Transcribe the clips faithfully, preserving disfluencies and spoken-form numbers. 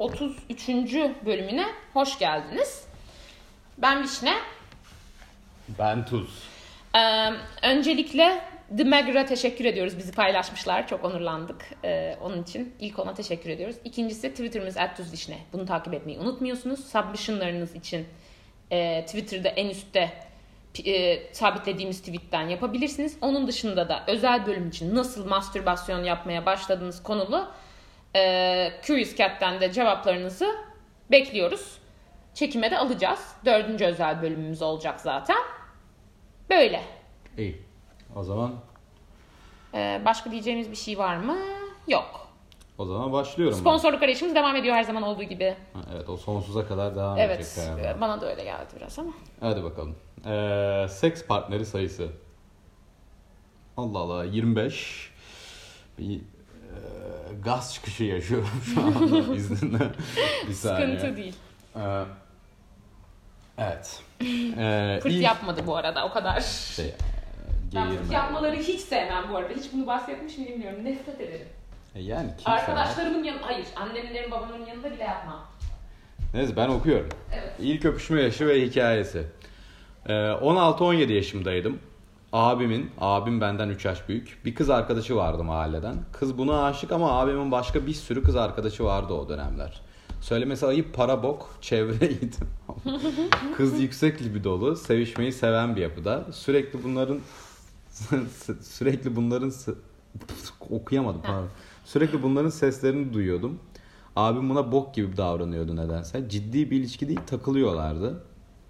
otuz üçüncü bölümüne hoş geldiniz. Ben Vişne. Ben Tuz. Ee, öncelikle The Magger'a teşekkür ediyoruz. Bizi paylaşmışlar. Çok onurlandık. Ee, onun için ilk ona teşekkür ediyoruz. İkincisi Twitter'ımız at tuzvişne. Bunu takip etmeyi unutmuyorsunuz. Submission'larınız için e, Twitter'da en üstte e, sabitlediğimiz tweet'ten yapabilirsiniz. Onun dışında da özel bölüm için nasıl mastürbasyon yapmaya başladığınız konulu e, Curious Cat'ten de cevaplarınızı bekliyoruz. Çekime de alacağız. Dördüncü özel bölümümüz olacak zaten. Böyle. İyi. O zaman Ee, başka diyeceğimiz bir şey var mı? Yok. o zaman başlıyorum. Sponsorluk arayışımız devam ediyor her zaman olduğu gibi. Ha, evet, o sonsuza kadar devam Evet. edecek galiba. Bana da öyle geldi biraz ama. Hadi bakalım. Ee, seks partneri sayısı. Allah Allah, yirmi beş. Bir e, gaz çıkışı yaşıyorum şu anda izninle. Bir saniye. Sıkıntı değil. Ee, evet. Ee, Pırt ilk- yapmadı bu arada o kadar. Şey, Ben geğirme. pırt yapmaları hiç sevmem bu arada. Hiç bunu bahsetmiş miyim bilmiyorum. Nefret ederim. E yani kimse Arkadaşlarımın yanında, hayır annemlerin babamların yanında bile yapmam. Neyse ben okuyorum. Evet. İlk öpüşme yaşı ve hikayesi. Ee, on altı on yedi yaşımdaydım. Abimin, abim benden üç yaş büyük, bir kız arkadaşı vardı mahalleden. Kız buna aşık ama abimin başka bir sürü kız arkadaşı vardı o dönemler. Söylemesi ayıp, para bok, çevreydi. Kız yüksek libidolu, sevişmeyi seven bir yapıda. Sürekli bunların sürekli bunların okuyamadım pardon. Sürekli bunların seslerini duyuyordum. Abim buna bok gibi davranıyordu nedense. Ciddi bir ilişki değil, takılıyorlardı.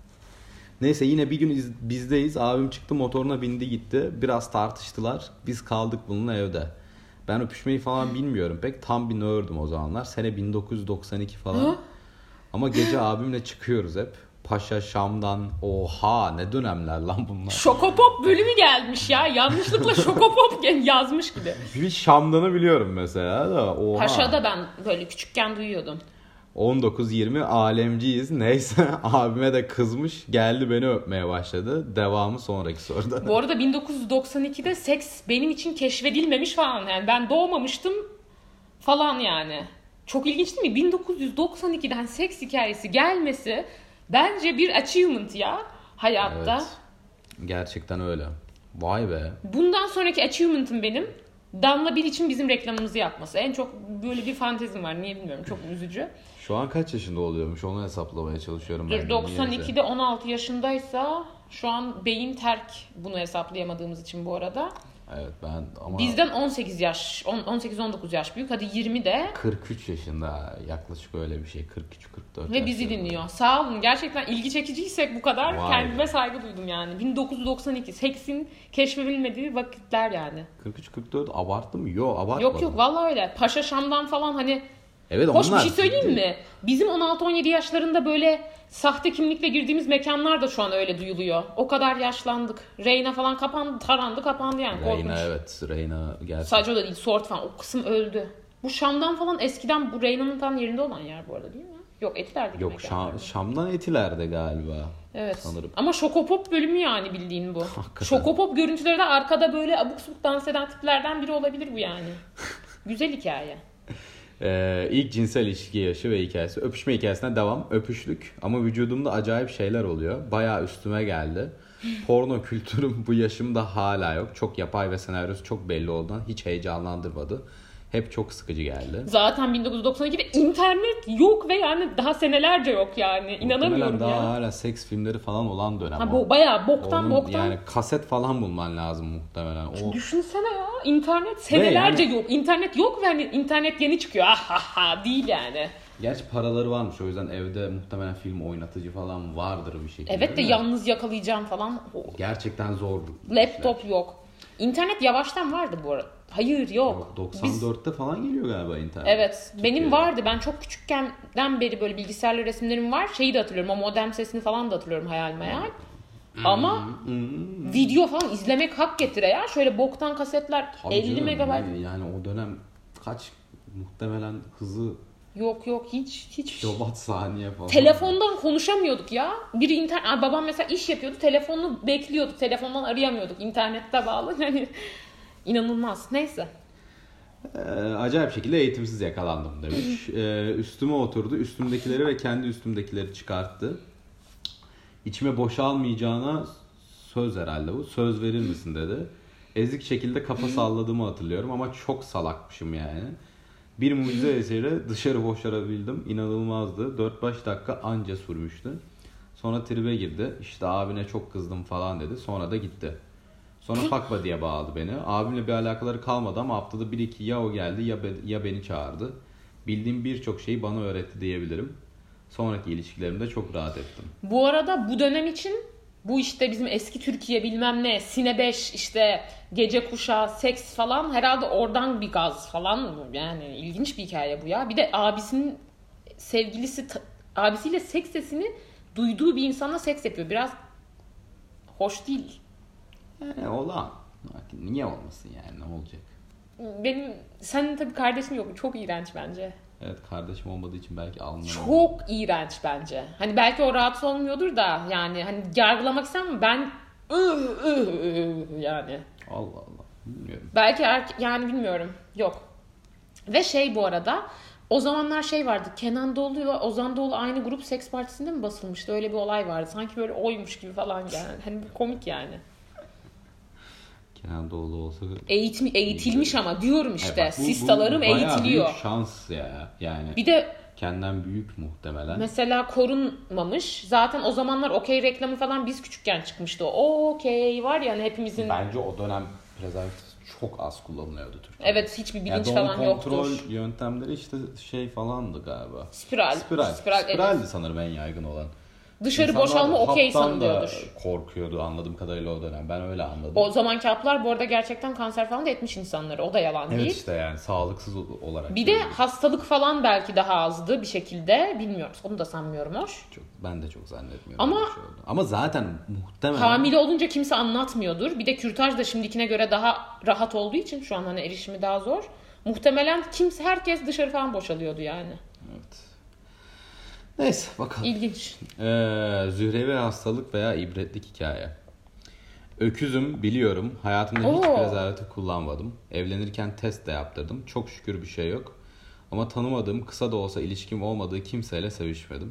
Neyse yine bir gün iz, bizdeyiz. Abim çıktı, motoruna bindi gitti. Biraz tartıştılar. Biz kaldık bununla evde. Ben öpüşmeyi falan bilmiyorum pek. Tam bir nerd'üm o zamanlar. Sene bin dokuz yüz doksan iki falan. Hı? Ama gece abimle çıkıyoruz hep. Paşa, Şam'dan. Oha ne dönemler lan bunlar. Şokopop bölümü gelmiş ya. Yanlışlıkla Şokopop yazmış gibi. Bir Şam'danı biliyorum mesela da. Oha. Paşa'da ben böyle küçükken duyuyordum. on dokuz yirmi alemciyiz. Neyse abime de kızmış. Geldi beni öpmeye başladı. Devamı sonraki soruda. Bu arada bin dokuz yüz doksan ikide seks benim için keşfedilmemiş falan. Yani ben doğmamıştım falan yani. Çok ilginç değil mi? bin dokuz yüz doksan ikiden seks hikayesi gelmesi bence bir achievement ya hayatta. Evet. Gerçekten öyle. Vay be. Bundan sonraki achievement'ım benim Damla Bir için bizim reklamımızı yapması. En çok böyle bir fantezim var. Niye bilmiyorum. Çok üzücü. Şu an kaç yaşında oluyormuş onu hesaplamaya çalışıyorum. Ben Dur, doksan ikide on altı yaşındaysa şu an beyin terk, bunu hesaplayamadığımız için bu arada. Evet ben ama... Bizden on sekiz yaş, on sekiz on dokuz yaş büyük. Hadi yirmi de. kırk üç yaşında yaklaşık öyle bir şey. kırk üç kırk dört Ve bizi dinliyor. Sağ olun. Gerçekten ilgi çekiciysek bu kadar Vay. kendime saygı duydum yani. bin dokuz yüz doksan iki. Seksin keşfedilmediği vakitler yani. kırk üç kırk dört abarttım mı? Yok abartmadım. Yok yok vallahi öyle. Paşa Şam'dan falan hani. Evet, hoş onlar... bir şey söyleyeyim mi? Bizim on altı on yedi yaşlarında böyle sahte kimlikle girdiğimiz mekanlar da şu an öyle duyuluyor. O kadar yaşlandık. Reyna falan kapandı, tarandı, kapandı yani. Korkunç. Reyna evet. Reyna gerçekten. Sadece o da değil. Sword falan. O kısım öldü. Bu Şam'dan falan eskiden bu Reyna'nın tam yerinde olan yer bu arada değil mi? Yok Etiler'deki Yok mekanlar. Şam, Şam'dan Etiler'de galiba. Evet. Sanırım. Ama Şokopop bölümü yani bildiğin bu. Hakikaten. Şokopop görüntüleri de arkada böyle abuk subuk dans eden tiplerden biri olabilir bu yani. Güzel hikaye. Ee, ilk cinsel ilişki yaşı ve hikayesi. Öpüşme hikayesine devam. Öpüşlük ama vücudumda acayip şeyler oluyor. Bayağı üstüme geldi. Porno kültürüm bu yaşımda hala yok. Çok yapay ve senaryosu çok belli olduğundan hiç heyecanlandırmadı. Hep çok sıkıcı geldi. Zaten bin dokuz yüz doksan ikide internet yok ve yani daha senelerce yok yani. İnanamıyorum Muhtemelen daha ya. hala seks filmleri falan olan dönem. Ha, o. bu bayağı boktan Onun boktan. Yani kaset falan bulman lazım muhtemelen. O... Düşünsene ya, internet senelerce yani- yok. İnternet yok ve hani internet yeni çıkıyor. Ah ha ha değil yani. Gerçi paraları varmış o yüzden evde muhtemelen film oynatıcı falan vardır bir şekilde. Evet de mi? yalnız yakalayacağım falan. O- Gerçekten zor. Laptop yok. İnternet yavaştan vardı bu arada. Hayır yok. Yok, doksan dörtte Biz... falan geliyor galiba internet. Evet. Benim Türkiye'de. vardı. Ben çok küçükkenden beri böyle bilgisayarlı resimlerim var. Şeyi de hatırlıyorum. O modem sesini falan da hatırlıyorum hayal meyal. Ama Hmm. video falan izlemek hak getire ya. Şöyle boktan kasetler Tabii elli canım, megabayt. yani, yani o dönem kaç muhtemelen hızı Yok yok hiç hiç. kilowatt saniye falan. Telefondan konuşamıyorduk ya. Biri internet, Aa, babam mesela iş yapıyordu. Telefonunu bekliyordu. Telefondan arayamıyorduk. İnternette bağlı. Yani inanılmaz. Neyse. Ee, acayip şekilde eğitimsiz yakalandım demiş. Ee, üstüme oturdu. Üstümdekileri ve kendi üstümdekileri çıkarttı. İçime boşalmayacağına söz herhalde bu. Söz verir misin dedi. Ezik şekilde kafa salladığımı hatırlıyorum ama çok salakmışım yani. Bir mucize eseri dışarı boşarabildim. İnanılmazdı. dört beş dakika anca sürmüştü. Sonra tribe girdi. İşte abine çok kızdım falan dedi. Sonra da gitti. Sonra Fakba diye bağladı beni. Abimle bir alakaları kalmadı ama haftada bir iki ya o geldi ya, be, ya beni çağırdı. Bildiğim birçok şeyi bana öğretti diyebilirim. Sonraki ilişkilerimde çok rahat ettim. Bu arada bu dönem için bu işte bizim eski Türkiye bilmem ne, Sine beş, işte gece kuşağı, seks falan herhalde oradan bir gaz falan, yani ilginç bir hikaye bu ya. Bir de abisinin sevgilisi, abisiyle seks sesini duyduğu bir insanla seks yapıyor. Biraz hoş değil. Yani olan. Niye olmasın yani, ne olacak? Benim, senin tabii kardeşin yok. Çok iğrenç bence. Evet, kardeşim olmadığı için belki almıyorum. Çok iğrenç bence. Hani belki o rahatsız olmuyordur da yani hani yargılamak istemem, ben ıh, ıh, ıh, yani. Allah Allah. Bilmiyorum. Belki er, yani bilmiyorum. Yok. Ve şey, bu arada o zamanlar şey vardı. Kenan Doğulu ile Ozan Doğulu aynı grup seks partisinde mi basılmıştı? Öyle bir olay vardı. Sanki böyle oymuş gibi falan yani. Hani komik yani. Kenan Doğulu olsa... Eğitim, eğitilmiş ama diyorum işte. Evet, bu, Sistalarım bu eğitiliyor. Bayağı büyük şans ya. Yani bir de kendinden büyük muhtemelen. mesela korunmamış. Zaten o zamanlar okey reklamı falan biz küçükken çıkmıştı. O okey var ya hani hepimizin... Bence o dönem prezervatif çok az kullanılıyordu Türkiye'de. Evet, hiçbir bilinç yani falan yoktur. kontrol yöntemleri işte şey falandı galiba. Spiral. Spiral. Spiral Spiraldi evet. sanırım en yaygın olan. Dışarı İnsanlar boşalma okey haptan sanılıyordur. da korkuyordu anladığım kadarıyla o dönem. Ben öyle anladım. O zamanki haplar bu arada gerçekten kanser falan da etmiş insanları. O da yalan evet değil. işte yani sağlıksız olarak. Bir de görüyoruz. hastalık falan belki daha azdı bir şekilde. Bilmiyoruz. Onu da sanmıyorum hoş. Çok, ben de çok zannetmiyorum. Ama, şey ama zaten muhtemelen... Hamile olunca kimse anlatmıyordur. Bir de kürtaj da şimdikine göre daha rahat olduğu için şu an hani erişimi daha zor. Muhtemelen kimse, herkes dışarı falan boşalıyordu yani. Evet. Neyse bakalım. İlginç. Ee, zührevi hastalık veya ibretlik hikaye. Öküzüm biliyorum. Hayatımda hiç Oo. prezervatif kullanmadım. Evlenirken test de yaptırdım. Çok şükür bir şey yok. Ama tanımadığım, kısa da olsa ilişkim olmadığı kimseyle sevişmedim.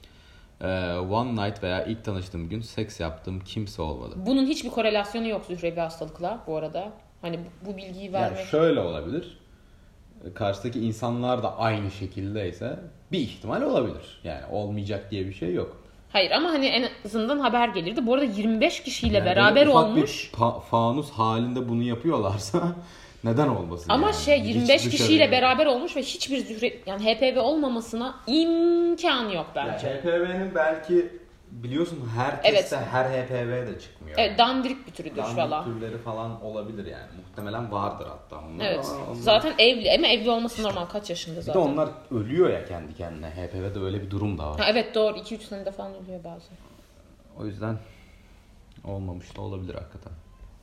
Ee, one night veya ilk tanıştığım gün seks yaptığım kimse olmadı. Bunun hiçbir korelasyonu yok zührevi hastalıkla bu arada. Hani bu, bu bilgiyi vermek... Yani şöyle olabilir. Karşıdaki insanlar da aynı şekildeyse bir ihtimal olabilir. Yani olmayacak diye bir şey yok. Hayır ama hani en azından haber gelirdi. Bu arada yirmi beş kişiyle Yani beraber ufak olmuş. Bir fa- fanus halinde bunu yapıyorlarsa neden olmasın? Ama yani? şey yirmi beş Hiç kişiyle dışarı- beraber olmuş ve hiçbir zühre yani H P V olmamasına imkan yok bence. Ya H P V'nin belki biliyorsun her testte Evet. her H P V de çıkmıyor. Evet, dandirik bir türüdür Dandik falan. türleri falan olabilir yani. Muhtemelen vardır hatta onlar. Evet. Ama onlar- Zaten evli ama evli olması normal, kaç yaşında Bir de zaten. onlar ölüyor ya kendi kendine. H P V'de öyle bir durum da var. Ha, evet doğru, iki üç senede falan oluyor bazen. O yüzden olmamış da olabilir hakikaten.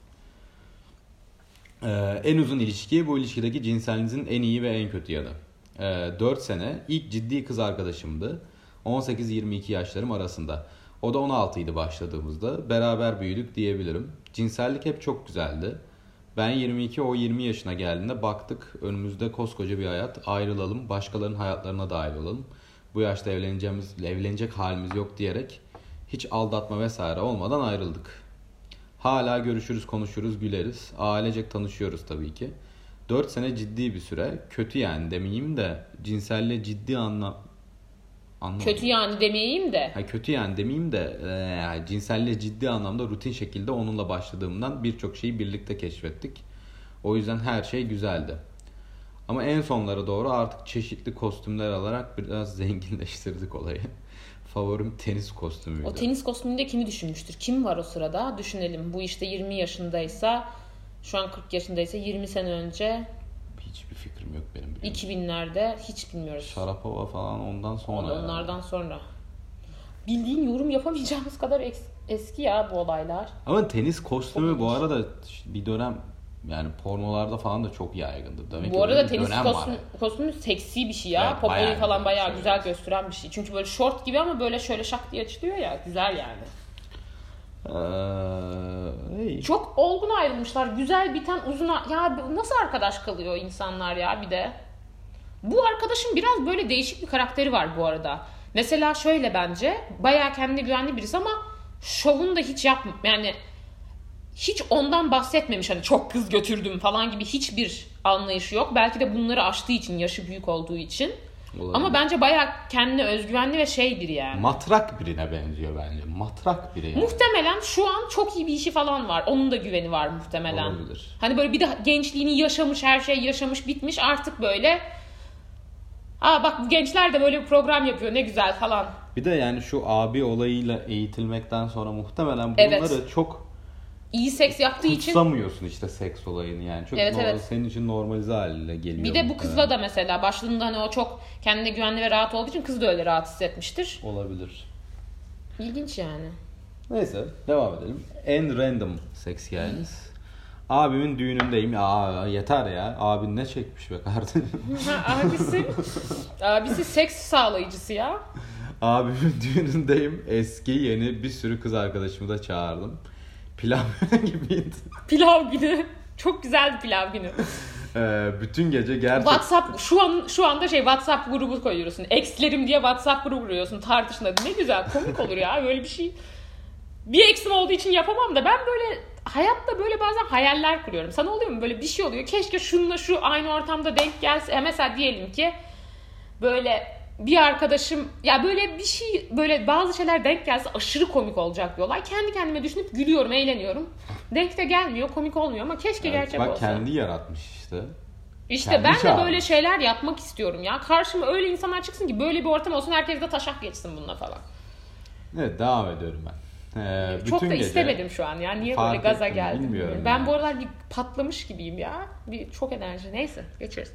Ee, en uzun ilişki, bu ilişkideki cinselinizin en iyi ve en kötü yanı. Ee, dört sene ilk ciddi kız arkadaşımdı. on sekiz yirmi iki yaşlarım arasında. O da on altı idi başladığımızda. Beraber büyüdük diyebilirim. Cinsellik hep çok güzeldi. Ben yirmi iki, o yirmi yaşına geldiğinde baktık önümüzde koskoca bir hayat. Ayrılalım, başkalarının hayatlarına dahil olalım. Bu yaşta evleneceğimiz, evlenecek halimiz yok diyerek hiç aldatma vesaire olmadan ayrıldık. Hala görüşürüz, konuşuruz, güleriz. Ailecek tanışıyoruz tabii ki. dört sene ciddi bir süre. Kötü yani demeyeyim de cinselliğe ciddi anlam... Anlamadım. Kötü yani demeyeyim de. Ha, kötü yani demeyeyim de e, cinselliğe ciddi anlamda rutin şekilde onunla başladığımdan birçok şeyi birlikte keşfettik. O yüzden her şey güzeldi. Ama en sonlara doğru artık çeşitli kostümler alarak biraz zenginleştirdik olayı. Favorim tenis kostümüydü. O tenis kostümünde kimi düşünmüştür? Kim var o sırada? Düşünelim. Bu işte yirmi yaşındaysa, şu an kırk yaşındaysa yirmi sene önce... Hiçbir fikrim yok benim. iki binlerde hiç bilmiyoruz. Sharapova falan ondan sonra. O onlardan sonra. Bildiğin yorum yapamayacağımız kadar es- eski ya bu olaylar. Ama tenis kostümü bu arada bir dönem yani pornolarda falan da çok yaygındı. Demek Bu arada bir tenis dönem kostüm, var. kostümü seksi bir şey ya. Evet, Popoyu bayağı falan güzel bayağı bir şey, güzel evet. gösteren bir şey. Çünkü böyle short gibi ama böyle şöyle şak diye açılıyor ya. Güzel yani. Ee, iyi. Çok olgun ayrılmışlar. Güzel biten uzun... Ya nasıl arkadaş kalıyor insanlar ya bir de. Bu arkadaşın biraz böyle değişik bir karakteri var bu arada. Mesela şöyle bence. Bayağı kendine güvenli birisi ama şovunu da hiç yapmıyor. Yani hiç ondan bahsetmemiş. Hani çok kız götürdüm falan gibi hiçbir anlayışı yok. Belki de bunları aştığı için, yaşı büyük olduğu için. Olabilir. Ama bence bayağı kendine özgüvenli ve şey biri yani. Matrak birine benziyor bence. Matrak biri yani. Muhtemelen şu an çok iyi bir işi falan var. Onun da güveni var muhtemelen. Olabilir. Hani böyle bir de gençliğini yaşamış, her şey yaşamış, bitmiş. Artık böyle aa bak bu gençler de böyle bir program yapıyor ne güzel falan. Bir de yani şu abi olayıyla eğitilmekten sonra muhtemelen bunları evet. çok iyi seks yaptığı için kutsamıyorsun işte seks olayını yani. Çok evet, normal, evet. senin için normalize haliyle geliyor. Bir de bu kızla yani. Da mesela başlığında hani o çok kendine güvenli ve rahat olduğu için kız da öyle rahat hissetmiştir. Olabilir. İlginç yani. Neyse devam edelim. En random seks hikayeniz. Abimin düğünündeyim. Aa yeter ya. Abin ne çekmiş be kardeşim. abisi abisi seks sağlayıcısı ya. Abimin düğünündeyim. Eski yeni bir sürü kız arkadaşımı da çağırdım. Pilav gibiydi. Pilav günü. Çok güzel bir pilav günü. Ee, bütün gece gerçek... WhatsApp şu an şu anda şey WhatsApp grubu koyuyorsun. Ex'lerim diye WhatsApp grubu kuruyorsun. Tartışın. Ne güzel, komik olur ya böyle bir şey. Bir eksim olduğu için yapamam da ben böyle hayatta böyle bazen hayaller kuruyorum. Sana oluyor mu böyle bir şey oluyor? Keşke şununla şu aynı ortamda denk gelse. E mesela diyelim ki böyle bir arkadaşım ya böyle bir şey böyle bazı şeyler denk gelse aşırı komik olacak bir olay. Kendi kendime düşünüp gülüyorum, eğleniyorum. Denk de gelmiyor, komik olmuyor ama keşke evet, gerçek bak, olsa. Bak kendi yaratmış işte. İşte kendi ben çağırmış. De böyle şeyler yapmak istiyorum ya. Karşıma öyle insanlar çıksın ki böyle bir ortam olsun, herkes de taşak geçsin bununla falan. Evet devam ediyorum ben. Ee, Çok bütün da gece istemedim şu an ya. Niye böyle gaza geldim? Bilmiyorum ben yani. Bu aralar bir patlamış gibiyim ya. Bir çok enerji. Neyse geçeriz.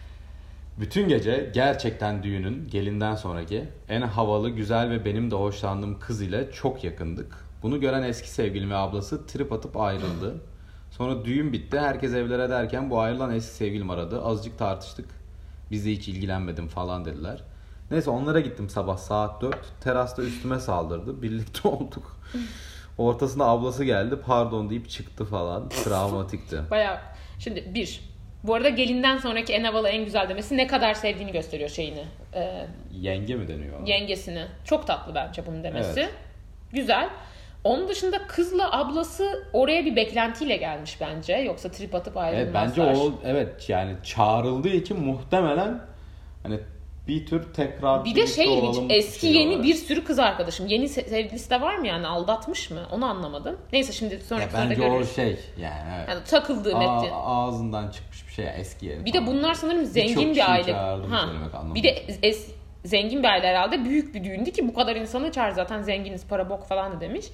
Bütün gece gerçekten düğünün gelinden sonraki en havalı, güzel ve benim de hoşlandığım kız ile çok yakındık. Bunu gören eski sevgilim ve ablası trip atıp ayrıldı. Sonra düğün bitti. Herkes evlere derken bu ayrılan eski sevgilim aradı. Azıcık tartıştık. Biz de hiç ilgilenmedim falan dediler. Neyse onlara gittim sabah saat dört. Terasta üstüme saldırdı. Birlikte olduk. Ortasında ablası geldi. Pardon deyip çıktı falan. Travmatikti. Bayağı. Şimdi bir. Bu arada gelinden sonraki en havalı en güzel demesi ne kadar sevdiğini gösteriyor şeyini. Ee, Yenge mi deniyor ona? Yengesini. Çok tatlı bence bunun demesi. Evet. Güzel. Onun dışında kızla ablası oraya bir beklentiyle gelmiş bence. Yoksa trip atıp ayrılmazlar. Evet, bence o evet yani çağrıldığı için muhtemelen hani bir tür tekrar bir de şey ilginç, eski şey yeni olarak. Bir sürü kız arkadaşım. Yeni sevgilisi de var mı yani, aldatmış mı? Onu anlamadım. Neyse şimdi sonraki ya sırada görürüz. görürüz. Bence o şey yani. Evet. Yani takıldığım A- etti. Ağzından çıkmış bir şey eski yeni. Bir de bunlar sanırım zengin Birçok bir aile. Ha. Bir de es- zengin bir aile herhalde. Büyük bir düğündü ki bu kadar insanı çağır, zaten zenginiz, para bok falan da demiş.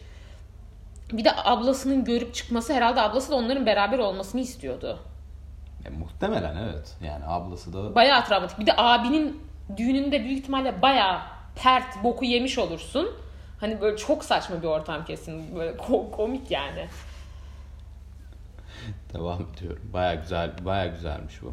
Bir de ablasının görüp çıkması, herhalde ablası da onların beraber olmasını istiyordu. E, muhtemelen evet. Yani ablası da bayağı travmatik. Bir de abinin düğününde büyük ihtimalle bayağı pert boku yemiş olursun. Hani böyle çok saçma bir ortam kesin. Böyle ko- komik yani. Devam ediyorum. Bayağı güzel, bayağı güzelmiş bu.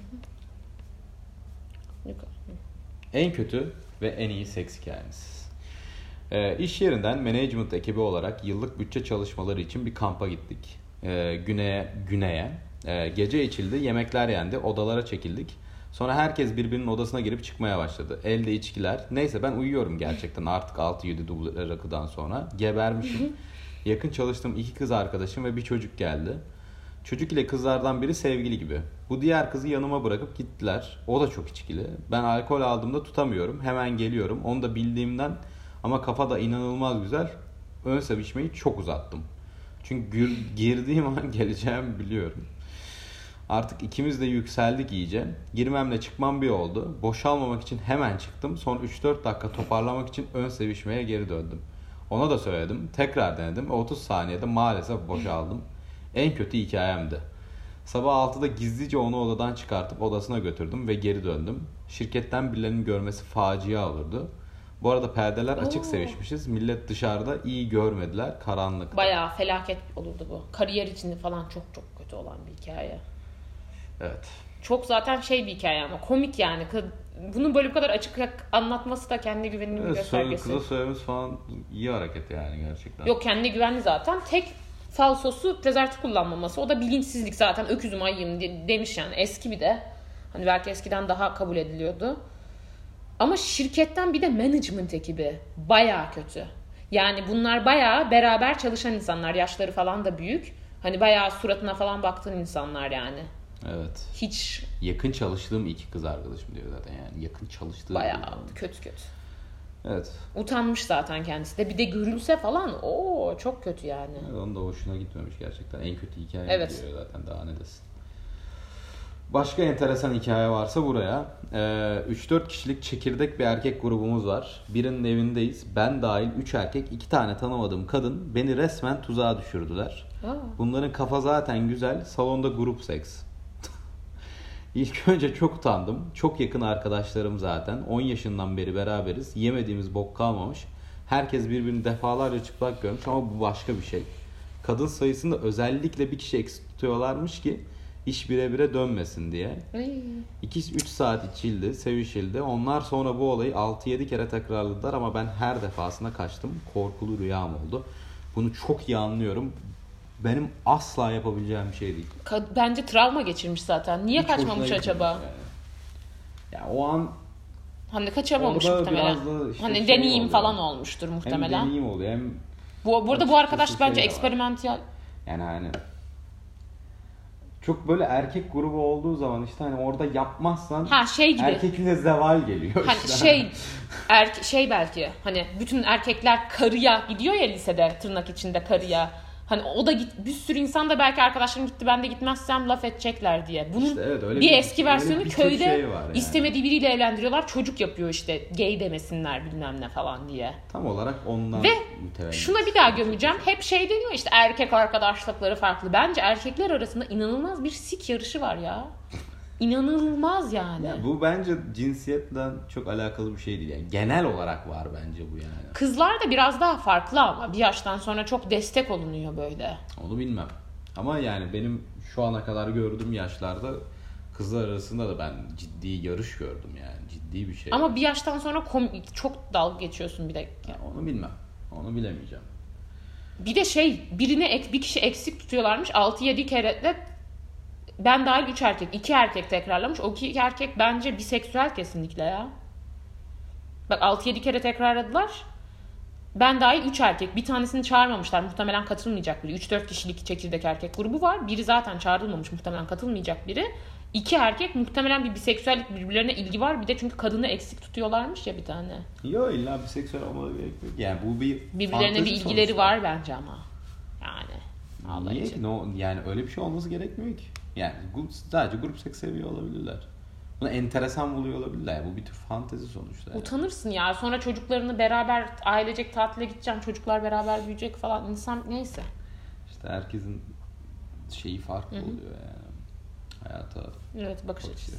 En kötü ve en iyi seks hikayeniz. E, iş yerinden management ekibi olarak yıllık bütçe çalışmaları için bir kampa gittik. E, güneye, güneye. E, gece içildi, yemekler yendi, odalara çekildik. Sonra herkes birbirinin odasına girip çıkmaya başladı. Elde içkiler. Neyse ben uyuyorum gerçekten artık altı yedi duble rakıdan sonra. Gebermişim. Yakın çalıştığım iki kız arkadaşım ve bir çocuk geldi. Çocuk ile kızlardan biri sevgili gibi. Bu diğer kızı yanıma bırakıp gittiler. O da çok içkili. Ben alkol aldığımda tutamıyorum. Hemen geliyorum. Onu da bildiğimden ama kafa da inanılmaz güzel. Ön sevişmeyi çok uzattım. Çünkü girdiğim an geleceğimi biliyorum. Artık ikimiz de yükseldik iyice. Girmemle çıkmam bir oldu. Boşalmamak için hemen çıktım. Sonra üç dört dakika toparlamak için ön sevişmeye geri döndüm. Ona da söyledim. Tekrar denedim. otuz saniyede maalesef boşaldım. En kötü hikayemdi. Sabah altıda gizlice onu odadan çıkartıp odasına götürdüm ve geri döndüm. Şirketten birilerinin görmesi facia olurdu. Bu arada perdeler açık Oo. sevişmişiz. Millet dışarıda iyi görmediler. Karanlıkta. Bayağı felaket olurdu bu. Kariyer için falan çok çok kötü olan bir hikaye. Evet. Çok zaten şey bir hikaye ama komik yani. Bunu böyle bu kadar açık anlatması da kendi güveninin evet, göstergesi. Kıza söylemesi falan iyi hareket yani gerçekten. Yok, kendi güvenli zaten. Tek falsosu prezervatif kullanmaması. O da bilinçsizlik zaten. Öküzüm ayıyım demiş yani. Eski bir de. Hani belki eskiden daha kabul ediliyordu. Ama şirketten bir de management ekibi. Bayağı kötü. Yani bunlar bayağı beraber çalışan insanlar. Yaşları falan da büyük. Hani bayağı suratına falan baktığın insanlar yani. Evet. Hiç. Yakın çalıştığım iki kız arkadaşım diyor zaten yani. Yakın çalıştığım. Bayağı yani. kötü kötü. Evet. Utanmış zaten kendisi de. Bir de görülse falan o çok kötü yani. Evet, onun da hoşuna gitmemiş gerçekten. En kötü hikaye evet. diyor zaten, daha ne desin. Başka enteresan hikaye varsa buraya. Ee, üç dört kişilik çekirdek bir erkek grubumuz var. Birinin evindeyiz. Ben dahil üç erkek, iki tane tanımadığım kadın beni resmen tuzağa düşürdüler. Aa. Bunların kafa zaten güzel. Salonda grup seks. İlk önce çok utandım. Çok yakın arkadaşlarım zaten. on yaşından beri beraberiz. Yemediğimiz bok kalmamış. Herkes birbirini defalarca çıplak görmüş ama bu başka bir şey. Kadın sayısında özellikle bir kişi eksik tutuyorlarmış ki iş bire bire dönmesin diye. iki üç saat içildi, sevişildi. Onlar sonra bu olayı altı yedi kere tekrarladılar ama ben her defasında kaçtım. Korkulu rüyam oldu. Bunu çok iyi anlıyorum. Benim asla yapabileceğim bir şey değil. Bence travma geçirmiş zaten. Niye hiç kaçmamış acaba? Yani. Ya o an hani kaçamamış muhtemelen. Işte hani şey deneyim oluyor. Falan olmuştur muhtemelen. Hem deneyim oluyor hem bu burada bu arkadaş bence şey eksperimental. Yani hani çok böyle erkek grubu olduğu zaman işte hani orada yapmazsan ha, şey gibi. Erkekliğe zeval geliyor. Hani işte. şey erke, şey belki hani bütün erkekler karıya gidiyor ya lisede, tırnak içinde karıya. Hani o da git, bir sürü insan da belki arkadaşlarım gitti ben de gitmezsem laf edecekler diye. Bunun işte evet, bir, bir eski versiyonu bir köyde şey yani. istemediği biriyle evlendiriyorlar. Çocuk yapıyor işte gay demesinler bilmem ne falan diye. Tam olarak ondan. Ve şuna bir daha gömeceğim. Hep şey deniyor işte erkek arkadaşlıkları farklı. Bence erkekler arasında inanılmaz bir sik yarışı var ya. İnanılmaz yani. Ya bu bence cinsiyetle çok alakalı bir şey değil. Yani genel olarak var bence bu yani. Kızlar da biraz daha farklı ama bir yaştan sonra çok destek olunuyor böyle. Onu bilmem. Ama yani benim şu ana kadar gördüğüm yaşlarda kızlar arasında da ben ciddi yarış gördüm yani. Ciddi bir şey. Ama bir yaştan sonra kom- çok dalga geçiyorsun bir de. Yani onu bilmem. Onu bilemeyeceğim. Bir de şey birine bir kişi eksik tutuyorlarmış altı yedi kere de ben dahil üç erkek. iki erkek tekrarlamış. O iki erkek bence biseksüel kesinlikle ya. Bak altı yedi kere tekrarladılar. Ben dahil üç erkek. Bir tanesini çağırmamışlar. Muhtemelen katılmayacak biri. üç dört kişilik çekirdek erkek grubu var. Biri zaten çağrılmamış. Muhtemelen katılmayacak biri. İki erkek muhtemelen bir biseksüellik, birbirlerine ilgi var. Bir de çünkü kadını eksik tutuyorlarmış ya bir tane. Yok illa biseksüel olmalı gerek yok. Yani bu bir birbirlerine bir ilgileri sonuçta var bence ama. Yani. Allah Niye için. No, yani öyle bir şey olması gerekmiyor ki. Yani sadece grup seks seviyor olabilirler. Bunu enteresan buluyor olabilirler. Bu bir tür fantezi sonuçta. Yani. Utanırsın ya. Sonra çocuklarını beraber ailecek tatile gideceğim. Çocuklar beraber büyüyecek falan. İnsan neyse. İşte herkesin şeyi farklı Hı-hı. oluyor yani. Hayata. Evet bakış açısı.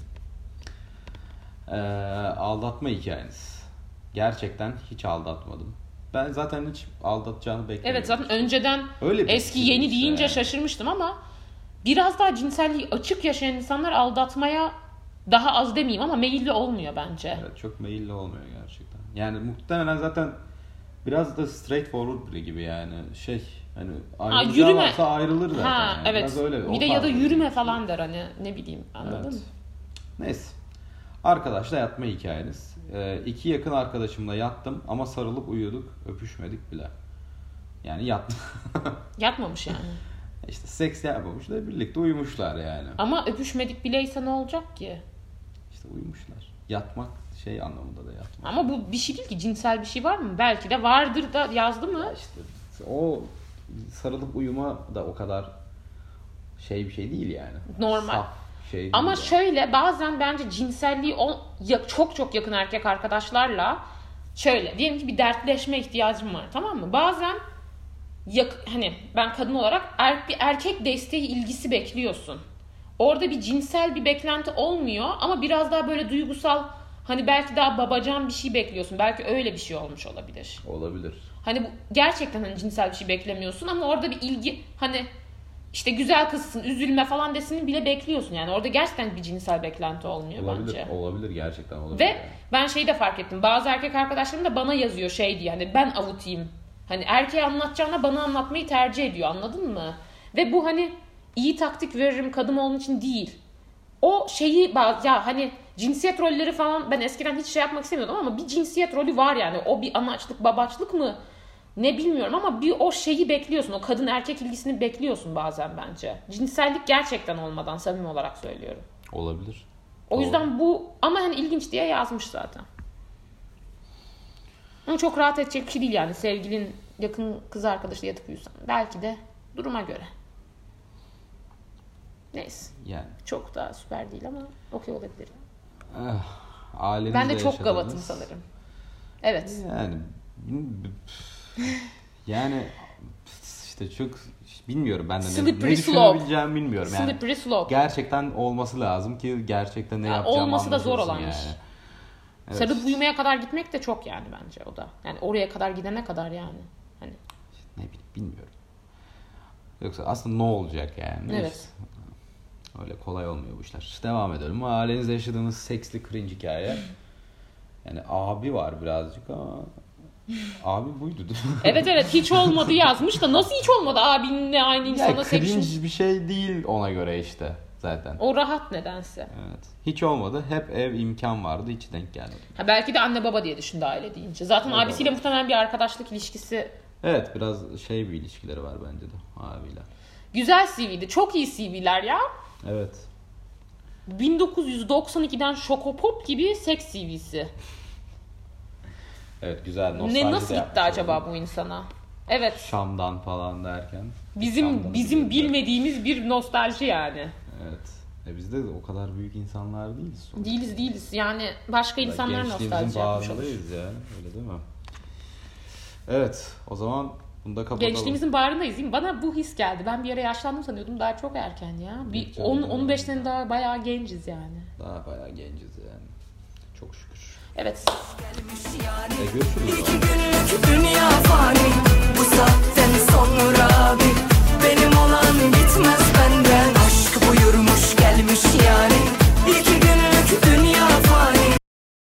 Ee, aldatma hikayeniz. Gerçekten hiç aldatmadım. Ben zaten hiç aldatacağını beklemiyordum. Evet zaten önceden eski yeni işte deyince yani. Şaşırmıştım ama biraz daha cinselliği açık yaşayan insanlar aldatmaya daha az demeyeyim ama meyilli olmuyor bence. Evet çok meyilli olmuyor gerçekten. Yani muhtemelen zaten biraz da straightforward biri gibi yani şey hani ayrılacağı varsa ayrılır zaten. Ha, yani. Evet. Biraz öyle, bir de ya da yürüme şey. falan der hani ne bileyim anladın evet. mı? Neyse. Arkadaşla yatma hikayeniz. Ee, iki yakın arkadaşımla yattım ama sarılıp uyuyorduk. Öpüşmedik bile. Yani yat. Yatmamış yani. İşte seks yapmamışlar. Birlikte uyumuşlar yani. Ama öpüşmedik bileyse ne olacak ki? İşte uyumuşlar. Yatmak şey anlamında da yatmak. Ama bu bir şey değil ki. Cinsel bir şey var mı? Belki de vardır da yazdı mı? Ya işte o sarılıp uyuma da o kadar şey bir şey değil yani. Normal. Saf şey ama yani. Şöyle bazen bence cinselliği o, ya, çok çok yakın erkek arkadaşlarla şöyle diyelim ki bir dertleşme ihtiyacım var tamam mı? Bazen yak, hani ben kadın olarak er, bir erkek desteği ilgisi bekliyorsun. Orada bir cinsel bir beklenti olmuyor ama biraz daha böyle duygusal hani belki daha babacan bir şey bekliyorsun. Belki öyle bir şey olmuş olabilir. Olabilir. Hani bu gerçekten hani cinsel bir şey beklemiyorsun ama orada bir ilgi hani İşte güzel kızsın, üzülme falan desini bile bekliyorsun. Yani orada gerçekten bir cinsel beklenti olmuyor olabilir, bence. Olabilir, gerçekten olabilir. Ve yani. ben şeyi de fark ettim. Bazı erkek arkadaşlarım da bana yazıyor şey diye. Hani ben avutayım. Hani erkeğe anlatacağına bana anlatmayı tercih ediyor, anladın mı? Ve bu hani iyi taktik veririm kadın olduğun için değil. O şeyi ya hani cinsiyet rolleri falan ben eskiden hiç şey yapmak istemiyordum ama bir cinsiyet rolü var yani. O bir anaçlık babaçlık mı ne bilmiyorum ama bir o şeyi bekliyorsun. O kadın erkek ilgisini bekliyorsun bazen bence. Cinsellik gerçekten olmadan, samimi olarak söylüyorum. Olabilir. O Doğru. yüzden bu ama hani ilginç diye yazmış zaten. Ama çok rahat edecek bir şey değil yani. Sevgilin yakın kız arkadaşıyla yatıp uyusan. Belki de duruma göre. Neyse. Yani. Çok da süper değil ama okey olabilir. Ah, ben de çok yaşadığınız... gavatım sanırım. Evet. Yani yani işte çok bilmiyorum ben de ne, ne düşünebileceğimi bilmiyorum yani. Slippery slope. Gerçekten olması lazım ki gerçekten ne yapacağımı olması da zor olan yani. iş. Evet. Sarıp uyumaya kadar gitmek de çok yani bence o da. Yani oraya kadar gidene kadar yani. Hani. Ne bileyim bilmiyorum. Yoksa aslında ne olacak yani? Evet. İşte, öyle kolay olmuyor bu işler. Devam edelim. Ailenizde yaşadığınız seksli cringe hikaye. Yani abi var birazcık ama abi buydu değil mi? Evet evet hiç olmadı yazmış da nasıl hiç olmadı abinle aynı insana ya, cringe section... bir şey değil ona göre işte zaten. O rahat nedense. Evet. Hiç olmadı. Hep ev imkan vardı. Hiç denk gelmedi. Ha, belki de anne baba diye düşündü aile deyince. Zaten evet, abisiyle evet. muhtemelen bir arkadaşlık ilişkisi. Evet biraz şey bir ilişkileri var bence de abiyle. Güzel C V'di. Çok iyi C V'ler ya. Evet. bin dokuz yüz doksan ikiden Şokopop gibi seks C V'si. Evet güzel nostalji ne nasıl gitti acaba bu insana? Evet. Şam'dan falan derken. Bizim Şam'dan bizim bilmediğimiz bir nostalji yani. Evet. E biz de o kadar büyük insanlar değiliz sonuçta. Değiliz değiliz. Yani başka insanlar nostalji yapmış olur. Gençliğimizin ya. Öyle değil mi? Evet. O zaman bunu da kapatalım. Gençliğimizin bağrındayız değil mi? Bana bu his geldi. Ben bir ara yaşlandım sanıyordum. Daha çok erken ya. Bir on on beş sene daha bayağı genciz yani. Daha bayağı genciz yani. Çok şükür. Evet. E görüşürüz.